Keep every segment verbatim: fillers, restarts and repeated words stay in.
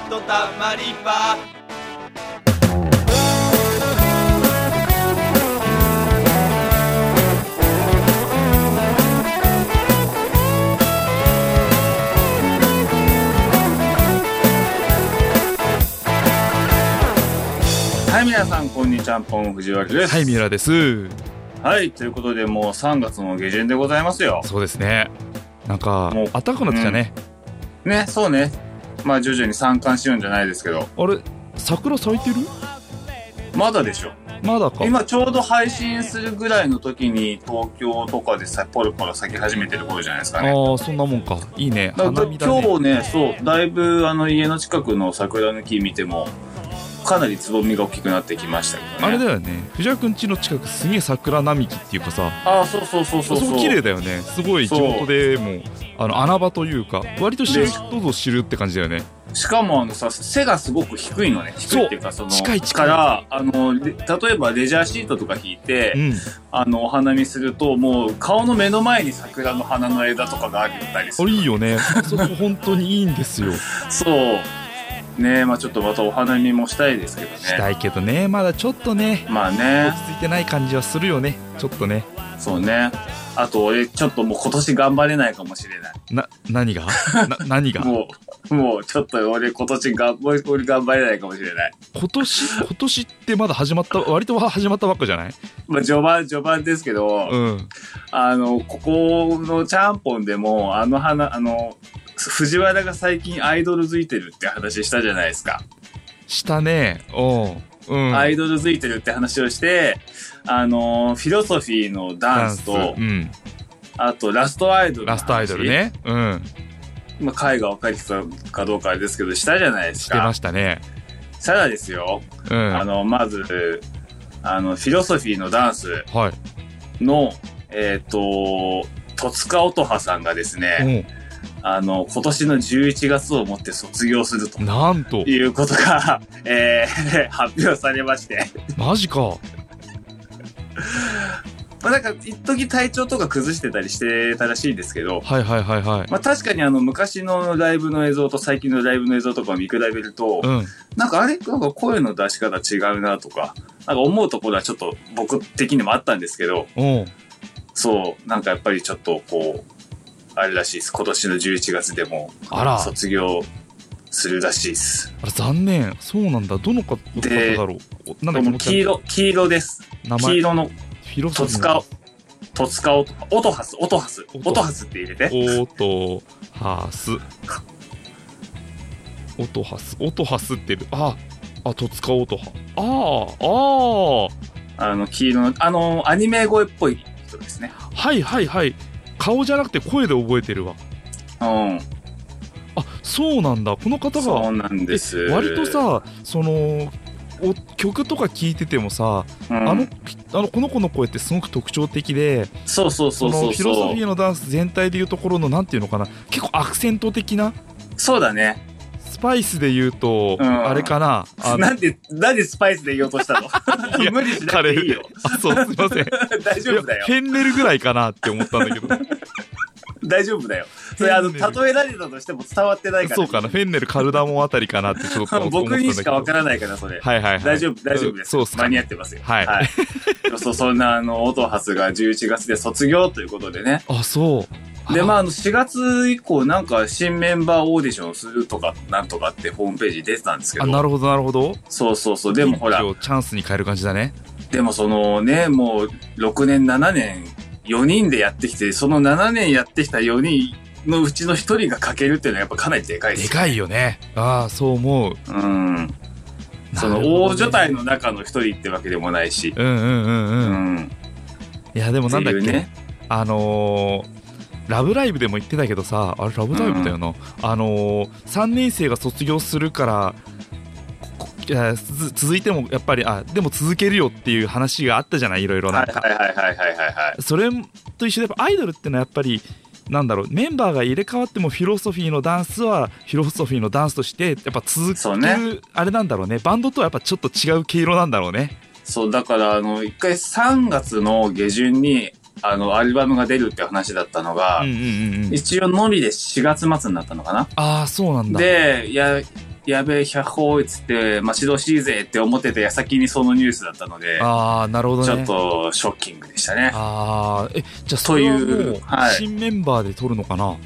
とたまり場。 はい、皆さんこんにちは、ポン藤原です。 はい、三浦です。 はい、ということでもうさんがつの下旬でございますよ。 そうですね。なんかもう暖かくなってきたね、 うん、ね、そうね。まあ徐々に三寒四温じゃないですけど。 あれ、桜咲いてる？ まだでしょ。 まだか。 今ちょうど配信するぐらいの時に東京とかでさポロポロ咲き始めてる頃じゃないですかね。 ああ、そんなもんか。いいね。 花見だね。今日ね、そう、だいぶあの家の近くの桜の木見てもかなりつぼみが大きくなってきましたけどね。 あれだよね、藤原くん家の近くすげえ桜並木っていうかさ、 ああ、そうそうそうそうそう、 そう綺麗だよね。すごい地元でもあの穴場というか割と知る人ぞ知るって感じだよね。 しかもあのさ、背がすごく低いのね。低いっていうか、その近い近いからあの例えばレジャーシートとか引いて、うん、あのお花見するともう顔の目の前に桜の花の枝とかがあったりする。 いいよね。そこ本当にいいんですよ。 そうねえ、まあちょっとまたお花見もしたいですけどね。 したいけどね、まだちょっとね、 まあね、 落ち着いてない感じはするよね、ちょっとね。 そうね。あと俺ちょっともう今年頑張れないかもしれない。 な、何がな、何がもう、もうちょっと俺今年が、もう俺頑張れないかもしれない。 今年、今年ってまだ始まった、割と始まったばっかじゃない？ まあ序盤、序盤ですけど、うん。あの、ここのちゃんぽんでも、あの花、あの、藤原が最近アイドルづいてるって話したじゃないですか。 したね。おう、うん。 アイドルづいてるって話をして、あの、フィロソフィーのダンスと、うん、あとラストアイドルの話。 ラストアイドルね。うん。 まあ、回が分かりかかどうかあれですけど、したじゃないですか。 してましたね。 したらですよ。うん。あの、まず、あの、フィロソフィーのダンスの、はい、えっ、ー、と、戸塚音羽さんがですね、うん、あの、今年のじゅういちがつをもって卒業すると。 なんと。 いうことが、えー、発表されまして。 マジか。 まあなんか、一時体調とか崩してたりしてたらしいですけど。 はいはいはいはい。 まあ確かにあの、昔のライブの映像と最近のライブの映像とかを見比べると、うん、なんかあれなんか声の出し方違うなとか、なんか思うところはちょっと僕的にもあったんですけど、うん、そう、なんかやっぱりちょっとこう、あれらしいです。今年のじゅういちがつでも卒業するらしいです。 あら残念。そうなんだ。どの方だろう。 なんだっけ、黄色黄色です。名前黄色の戸塚戸塚音音ハス音ハス音ハスって入れて。 音ハス音ハス音ハスってる。ああ戸塚音ハああああの黄色のあのアニメ声っぽい人ですね。 はいはいはい。顔じゃなくて声で覚えてるわ。うん。あ、そうなんだ。この方が。 そうなんです。 割とさ、その曲とか聴いててもさ、うん、あのあのこの子の声ってすごく特徴的で、 そうそうそうそうそう。 フィロソフィーのダンス全体でいうところのなんていうのかな、結構アクセント的な。 そうだね。 スパイスで言うと、うん、あれかな。 なんでなんでスパイスで言おうとしたの？無理しなくていいよ。 あ、そうすいません。 大丈夫だよ。 フェンネルぐらいかなって思ったんだけど。 大丈夫だよ。それあの例えられたとしても伝わってないから。 そうかな。フェンネルカルダモンあたりかなってちょっと思ったんだけど。 僕にしかわからないからそれ。 はいはいはい。 大丈夫大丈夫です。 そうっすか。 間に合ってますよ。 はい。はい、 そうそんなあのオトハスがじゅういちがつで卒業ということでね。 あ、そう。 でまああのしがつ以降なんか新メンバーオーディションするとかなんとかってホームページ出てたんですけど。 あ、なるほどなるほど。 そうそうそう。でもほら。 チャンスに変える感じだね。 でもそのねもうろくねんななねんよにんでやってきてそのななねんやってきたよにんのうちのひとりが欠けるっていうのはやっぱかなりでかいですよね。 でかいよね。ああ、そう思う。 うん。その大所帯の中のひとりってわけでもないし。 うんうんうんうん。うん、いやでもなんだっけ、ね、あのー、ラブライブでも言ってたけどさ、あれラブライブだよな。うん、あのー、さんねん生が卒業するからいや続いてもやっぱりあでも続けるよっていう話があったじゃない、いろいろなんか。 はいはいはいはいはいはい。 それと一緒でやっぱアイドルってのはやっぱりなんだろう、メンバーが入れ替わってもフィロソフィーのダンスはフィロソフィーのダンスとしてやっぱ続く、ね、あれなんだろうね。バンドとはやっぱちょっと違う毛色なんだろうね。 そうだからあの一回さんがつの下旬にあのアルバムが出るって話だったのが、うんうんうんうん、一応のみでしがつ末になったのかな。 ああそうなんだ。 でいややべえ、百歩っつって、待ち遠しいぜって思ってた矢先にそのニュースだったので、 ああ、なるほどね。 ちょっとショッキングでしたね。 ああ、え、じゃあそれはもう、新メンバーで撮るのかな、はい、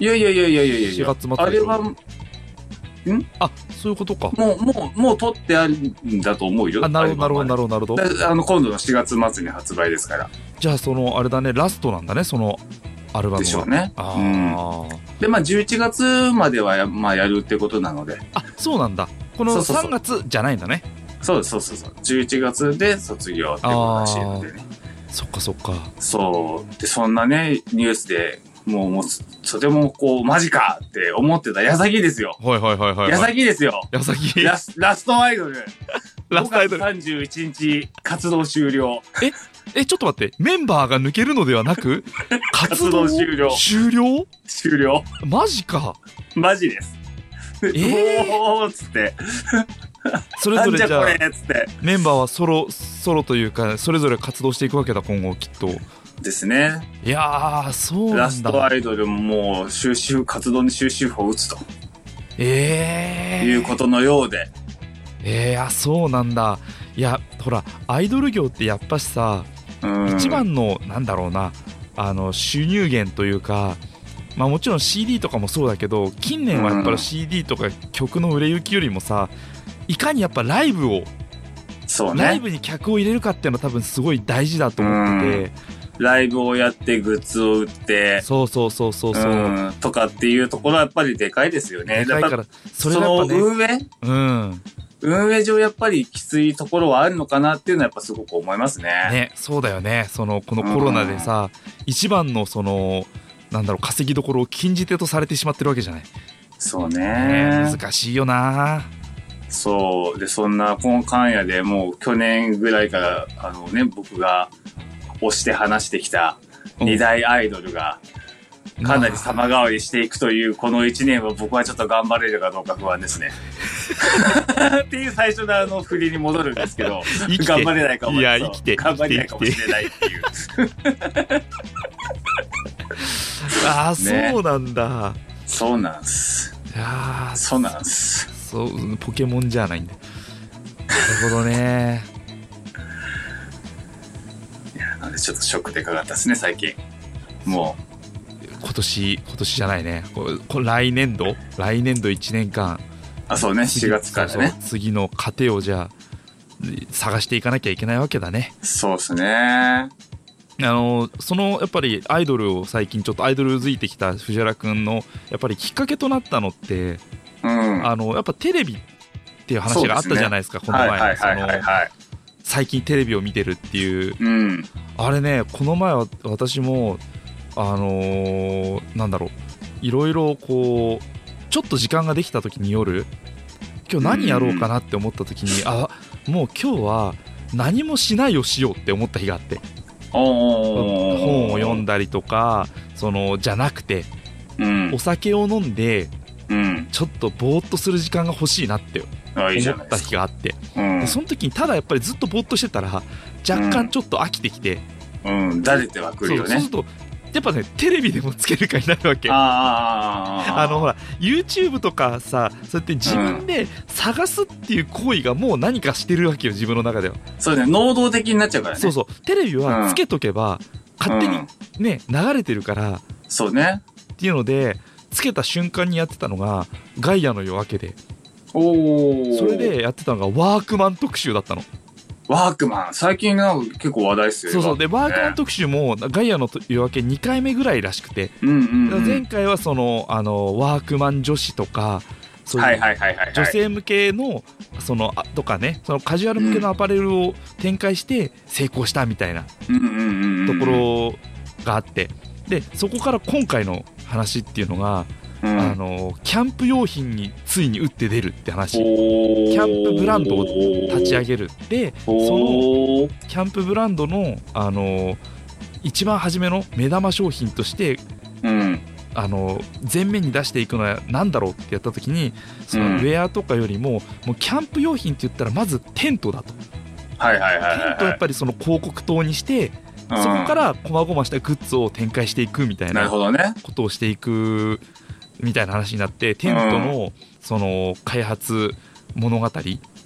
いやいやいやいやいやいや、 しがつ末あれは、んあ、そういうことか。 もう、もう、もう撮ってあるんだと思うよ。 あ、なるほど、なるほど、なるほど、なるほど。 あの、今度のしがつ末に発売ですから。 じゃあ、その、あれだね、ラストなんだね、その、アルバムは。 でしょうね。 ああ、 うん。で、まあ、じゅういちがつまではや、まあ、やるってことなので。 あ、そうなんだ。このさんがつじゃないんだね。 そうそうそうそう。じゅういちがつで卒業ってことらしいのでね。 そっかそっか。 そう。で、そんなね、ニュースで、もう、もう、とてもこう、マジかって思ってた矢先ですよ。 はいはいはいはい、はい。 矢先ですよ。 矢先ラスラストアイドル。 ラストアイドル。 ごがつさんじゅういちにち活動終了。 ええ、ちょっと待って。メンバーが抜けるのではなく、活動終了。終了終了。 マジか。 マジです。えー、おーっつって。 それぞれじゃあ、 じゃこれっつって。 メンバーはソロ、ソロというか、それぞれ活動していくわけだ、今後、きっと。 ですね。 いやー、そうなんだ。 ラストアイドルももう終止符、活動に終止符を打つと。 えー。 いうことのようで。 えー、あ、そうなんだ。いや、ほら、アイドル業ってやっぱしさ、一番の、なんだろうな、あの、収入源というか、まあもちろん シーディー とかもそうだけど、近年はやっぱり シーディー とか曲の売れ行きよりもさ、いかにやっぱライブを、 そうね。 ライブに客を入れるかっていうのは多分すごい大事だと思ってて、 ライブをやってグッズを売って、 そうそうそうそうそう、 うん、とかっていうところはやっぱりでかいですよね。 でかいから、 それやっぱ、ね、その運営うん。 運営上やっぱりきついところはあるのかなっていうのはやっぱすごく思いますね。 ね、そうだよね。その、このコロナでさ、うん、一番のその、なんだろう、稼ぎどころを禁じ手とされてしまってるわけじゃない。 そうね。 ね、難しいよな。 そう。で、そんな、この間夜でもう去年ぐらいから、あのね、僕が推して話してきた二大アイドルが、かなり様変わりしていくというこの一年は僕はちょっと頑張れるかどうか不安ですね。っていう最初のあの振りに戻るんですけど、頑張れないかも。 いや、生きて。 頑張れないかもしれないっていう。 ああ、そうなんだ。 そうなんす。 いやそうなんす。 そう、ポケモンじゃないんだ。なるほどね。 いや、なんでちょっとショックでかかったですね、最近。もう。 今年、今年じゃないね。これ、これ来年度来年度いちねんかん。 あ、そうね、しがつからね。そうそう、 次の糧をじゃあ、探していかなきゃいけないわけだね。 そうですね。あの、その、やっぱりアイドルを最近ちょっとアイドルづいてきた藤原くんの、やっぱりきっかけとなったのって、うん、あの、やっぱテレビっていう話があったじゃないですか、すね、この前。はいはいはいはい、はい。最近テレビを見てるっていう。うん、あれね、この前は私も、あのー、なんだろう、いろいろこう、ちょっと時間ができた時に夜、今日何やろうかなって思った時に、うん、あ、もう今日は何もしないをしようって思った日があって。本を読んだりとか、その、じゃなくて、うん、お酒を飲んで、うん、ちょっとぼーっとする時間が欲しいなって思った日があって、うん、でその時にただやっぱりずっとぼーっとしてたら若干ちょっと飽きてきて、 うんうん、だれてはくるよね。 そうするとやっぱね、テレビでもつけるかになるわけ。 ああのほら YouTube とかさ、そうやって自分で探すっていう行為がもう何かしてるわけよ、自分の中では。 そうね、能動的になっちゃうからね。 そうそう、テレビはつけとけば、うん、勝手にね、流れてるから。 そうね。 っていうのでつけた瞬間にやってたのがガイアの夜明けで、 おそれでやってたのがワークマン特集だったの。 ワークマン最近なんか結構話題っすよ。 そうそう、でワークマン特集もガイアの夜明けにかいめぐらいらしくて、 うんうんうん、 前回はそのあのワークマン女子とか、そういう女性向けのそのとかね、そのカジュアル向けのアパレルを展開して成功したみたいなところがあって、でそこから今回の話っていうのが、うん、あのキャンプ用品についに打って出るって話。キャンプブランドを立ち上げる。でそのキャンプブランドの、あの一番初めの目玉商品として、うん、あの前面に出していくのは何だろうってやった時に、そのウェアとかよりも、もうキャンプ用品って言ったらまずテントだと。 はいはいはいはいはい、 テントをやっぱりその広告塔にして、うん、そこから細々したグッズを展開していくみたいなことをしていくみたいな話になってテントのその開発物語を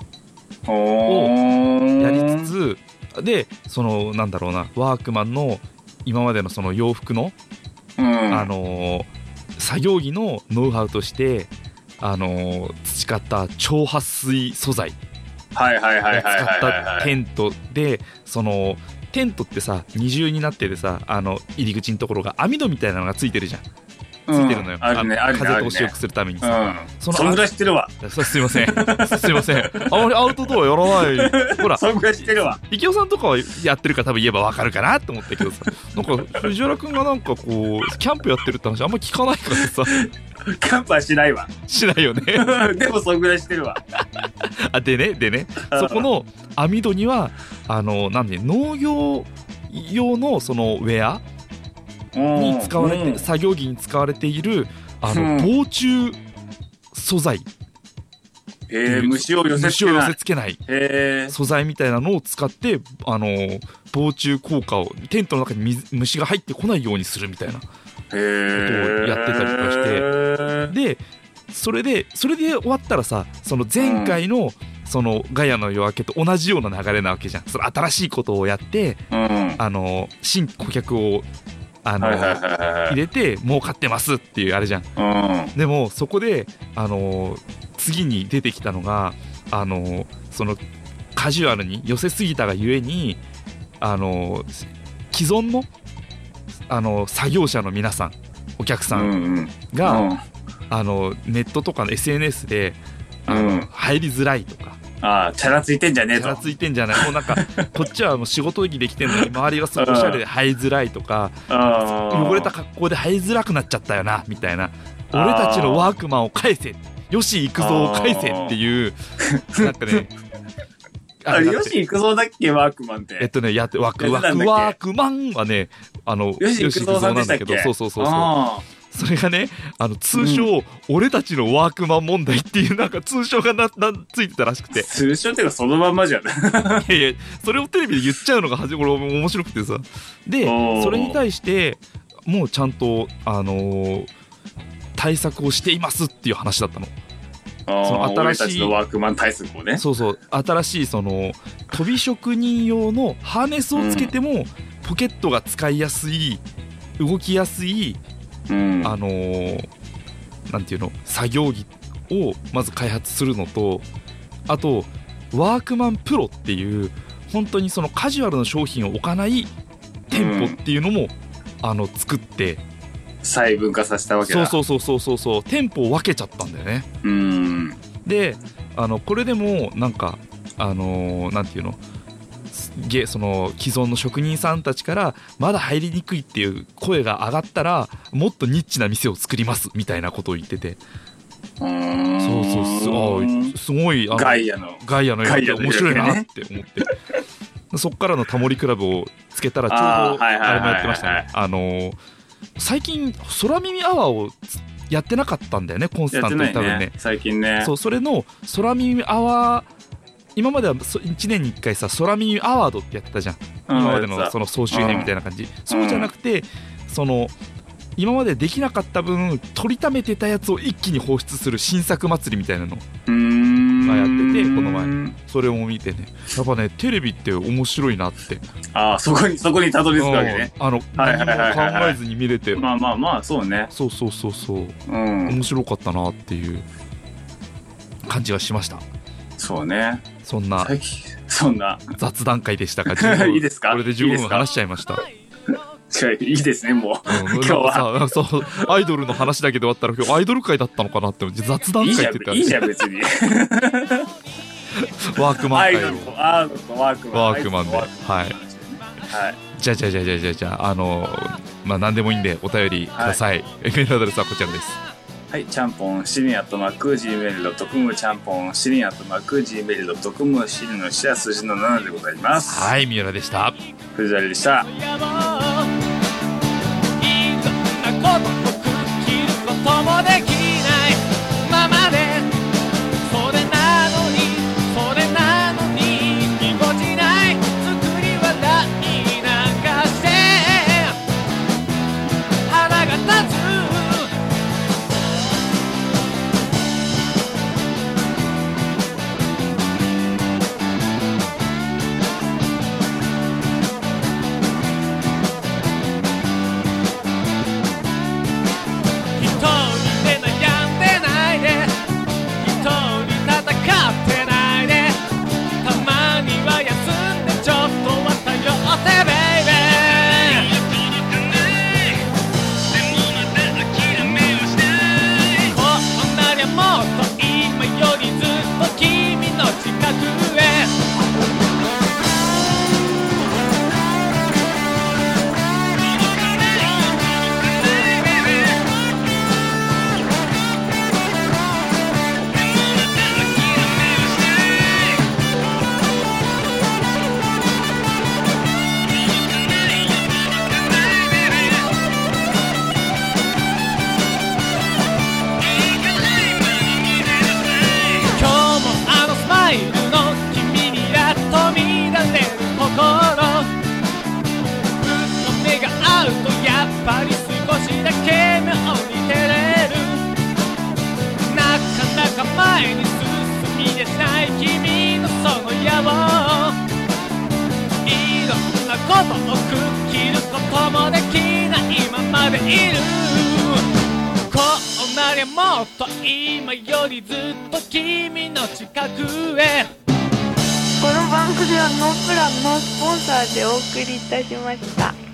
やりつつでそのなんだろうなワークマンの今までのその洋服の、 うん、 あの作業着のノウハウとしてあの培った超撥水素材を使ったテントでそのテントってさ二重になっててさあの入り口のところが網戸みたいなのがついてるじゃんついてるのよ、うん、あるね、あるね、風通しよくするためにさ、 うん、そ, そんぐらい知ってるわすいませんすいませんあまりアウトドアやらないほらそんぐらい知ってるわ池尾さんとかはやってるから多分言えば分かるかなって思ったけどさなんか藤原くんがなんかこうキャンプやってるって話あんま聞かないからさキャンプはしないわしないよねでもそんぐらい知ってるわあでねでねそこの網戸にはあのなんで農業用のそのウェアに使われて、うん、作業着に使われているあの、うん、防虫素材、 えー、虫を寄せ付けない、 虫を寄せ付けないえー、 素材みたいなのを使ってあの防虫効果をテントの中に水虫が入ってこないようにするみたいなことをやってたりとかして、えー、でそれでそれで終わったらさその前回の、うんそのガイアの夜明けと同じような流れなわけじゃん。その新しいことをやって、うん、あの新顧客をあの、はいはいはいはい、入れて儲かってますっていうあれじゃん、 うん、 でもそこであの次に出てきたのがあのそのカジュアルに寄せすぎたがゆえにあの既存のあの作業者の皆さんお客さんが、うんうん、あのネットとかの エスエヌエス であの、うん、入りづらいとかああチャラついてんじゃねえとチャラついてんじゃないもうなんかこっちはもう仕事着できてんのに周りがすごいおしゃれで入りづらいとか汚れた格好で入りづらくなっちゃったよなみたいな俺たちのワークマンを返せよし行くぞを返せっていうなんかねあれよし行くぞだっけワークマンってえっとねやってワークワークワークマンはねあのよし行くぞなんだけどそうそうそうそうそれがねあの通称、うん、俺たちのワークマン問題っていうなんか通称がななついてたらしくて通称っていうかそのまんまじゃんいやいやそれをテレビで言っちゃうのがはじこれ面白くてさでそれに対してもうちゃんとあのー、対策をしていますっていう話だったのその新しい俺たちのワークマン対策をねそうそう新しいその飛び職人用のハーネスをつけても、うん、ポケットが使いやすい動きやすいうん、 あのー、なんていうの作業着をまず開発するのとあとワークマンプロっていう本当にそのカジュアルな商品を置かない店舗っていうのも、うん、あの作って細分化させたわけだそうそうそうそうそう店舗を分けちゃったんだよねうんであのこれでもなんかあのー、なんていうのその既存の職人さんたちからまだ入りにくいっていう声が上がったらもっとニッチな店を作りますみたいなことを言っててうーんそうそうすごいあのガイアのガイアのやつ面白いなって思ってそっからのタモリクラブをつけたらちょうどあれもやってましたねあの最近空耳アワーをやってなかったんだよねコンスタントに多分 ね, ね最近ねそうそれの空耳アワー今まではいちねんにいっかいさ空耳アワードってやってたじゃん、うん、今までのその総集編みたいな感じ、うん、そうじゃなくてその今までできなかった分取りためてたやつを一気に放出する新作祭りみたいなのがやっててこの前それを見てねやっぱねテレビって面白いなってああそこにそこにたどり着くわけねあの何も考えずに見れてまあまあまあそうねそうそうそうそう、 うん、 面白かったなっていう感じがしましたそうねそんなそんな雑談会でしたがいいですかこれでじゅうごふん話しちゃいましたいいですねもう、うん、今日はそうアイドルの話だけで終わったら今日アイドル会だったのかなって雑談会って言ってたいいじゃん別にワークマン会をワークマンではい、はい、じゃあじゃあじゃあじゃあじゃああのまあ何でもいいんでお便りください、はい、メールアドレスはこちらですはい、ちゃんぽんシリンアットマーク ジーメールドットコム ちゃんぽんシリンアットマーク ジーメールドットコム シリンのシは数字のななでございますはい三浦でした藤原でした前に進み出ない君のその野望、いろんなことを吹っ切ることもできないままでいる。こうなりゃもっと今よりずっと君の近くへ。 この番組はノープランのスポンサーでお送りいたしました。